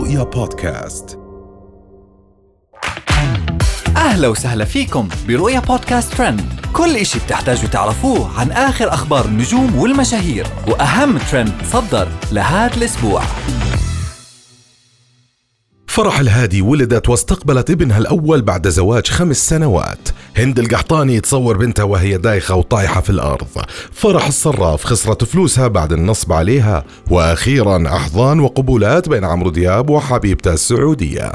رؤيا بودكاست. أهلا وسهلا فيكم برؤيا بودكاست ترند. كل إشي بتحتاجوا تعرفوه عن آخر أخبار النجوم والمشاهير وأهم ترند صدر لهذا الأسبوع. فرح الهادي ولدت واستقبلت ابنها الأول بعد زواج 5 سنوات. هند القحطاني تصور بنتها وهي دايخة وطايحة في الأرض. فرح الصراف خسرت فلوسها بعد النصب عليها. وأخيرا أحضان وقبولات بين عمرو دياب وحبيبته السعودية.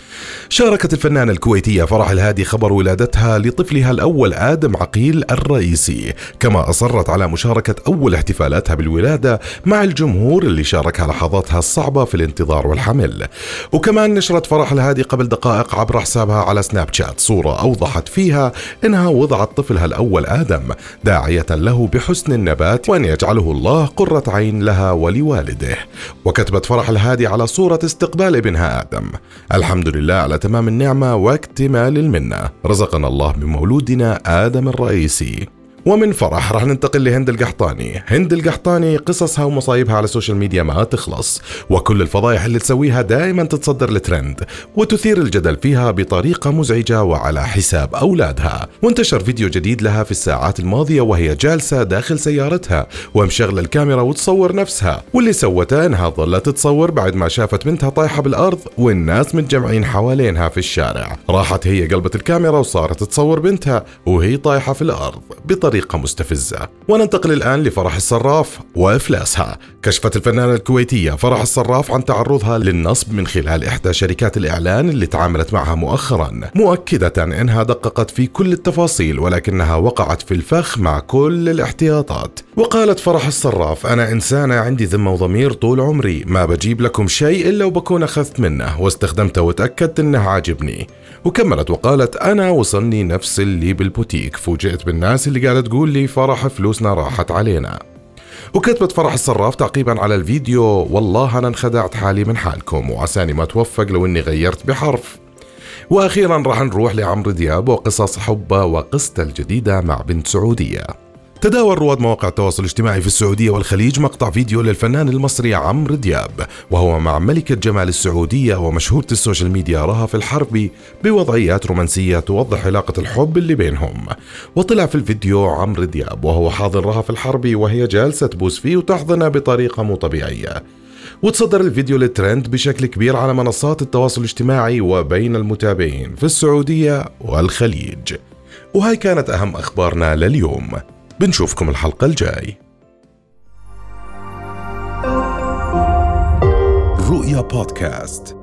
شاركت الفنانة الكويتية فرح الهادي خبر ولادتها لطفلها الأول آدم عقيل الرئيسي، كما أصرت على مشاركة أول احتفالاتها بالولادة مع الجمهور اللي شاركها لحظاتها الصعبة في الانتظار والحمل. وكمان نشرت فرح الهادي قبل دقائق عبر حسابها على سناب شات صورة أوضحت فيها إنها وضعت طفلها الأول آدم، داعية له بحسن النبات وأن يجعله الله قرة عين لها ولوالده. وكتبت فرح الهادي على صورة استقبال ابنها آدم: الحمد لله على تمام النعمة واكتمال المنة، رزقنا الله بمولودنا آدم الرئيسي. ومن فرح رح ننتقل لهند القحطاني. هند القحطاني قصصها ومصايبها على السوشيال ميديا ما تخلص، وكل الفضايح اللي تسويها دائما تتصدر الترند وتثير الجدل فيها بطريقة مزعجة وعلى حساب أولادها. وانتشر فيديو جديد لها في الساعات الماضية وهي جالسة داخل سيارتها ومشغلة الكاميرا وتصور نفسها، واللي سوته انها ظلت تتصور بعد ما شافت بنتها طايحة بالأرض والناس متجمعين حوالينها في الشارع. راحت هي قلبت الكاميرا وصارت تصور بنتها وهي طايحة في الأرض بطريقة مستفزة. وننتقل الآن لفرح الصراف وإفلاسها. كشفت الفنانة الكويتية فرح الصراف عن تعرضها للنصب من خلال إحدى شركات الإعلان اللي تعاملت معها مؤخرا، مؤكدة أنها دققت في كل التفاصيل ولكنها وقعت في الفخ مع كل الاحتياطات. وقالت فرح الصراف: أنا إنسانة عندي ذمة وضمير طول عمري، ما بجيب لكم شيء إلا وبكون أخذت منه واستخدمته وتأكدت أنه عاجبني. وكملت وقالت: أنا وصلني نفس اللي بالبوتيك، فوجئت بالناس اللي قالت تقول لي فرح فلوسنا راحت علينا. وكتبت فرح الصراف تعقيبا على الفيديو: والله أنا انخدعت حالي من حالكم وعساني ما توفق لو إني غيرت بحرف. وأخيرا راح نروح لعمرو دياب وقصص حبه وقصته الجديدة مع بنت سعودية. تداول رواد مواقع التواصل الاجتماعي في السعودية والخليج مقطع فيديو للفنان المصري عمرو دياب وهو مع ملكة جمال السعودية ومشهورة السوشيال ميديا رهف الحربي بوضعيات رومانسية توضح علاقة الحب اللي بينهم. وطلع في الفيديو عمرو دياب وهو حاضن رهف الحربي وهي جالسة تبوس فيه وتحضنه بطريقة مو طبيعية. وتصدر الفيديو للترند بشكل كبير على منصات التواصل الاجتماعي وبين المتابعين في السعودية والخليج. وهاي كانت أهم أخبارنا لليوم. بنشوفكم الحلقة الجاي. رؤيا بودكاست.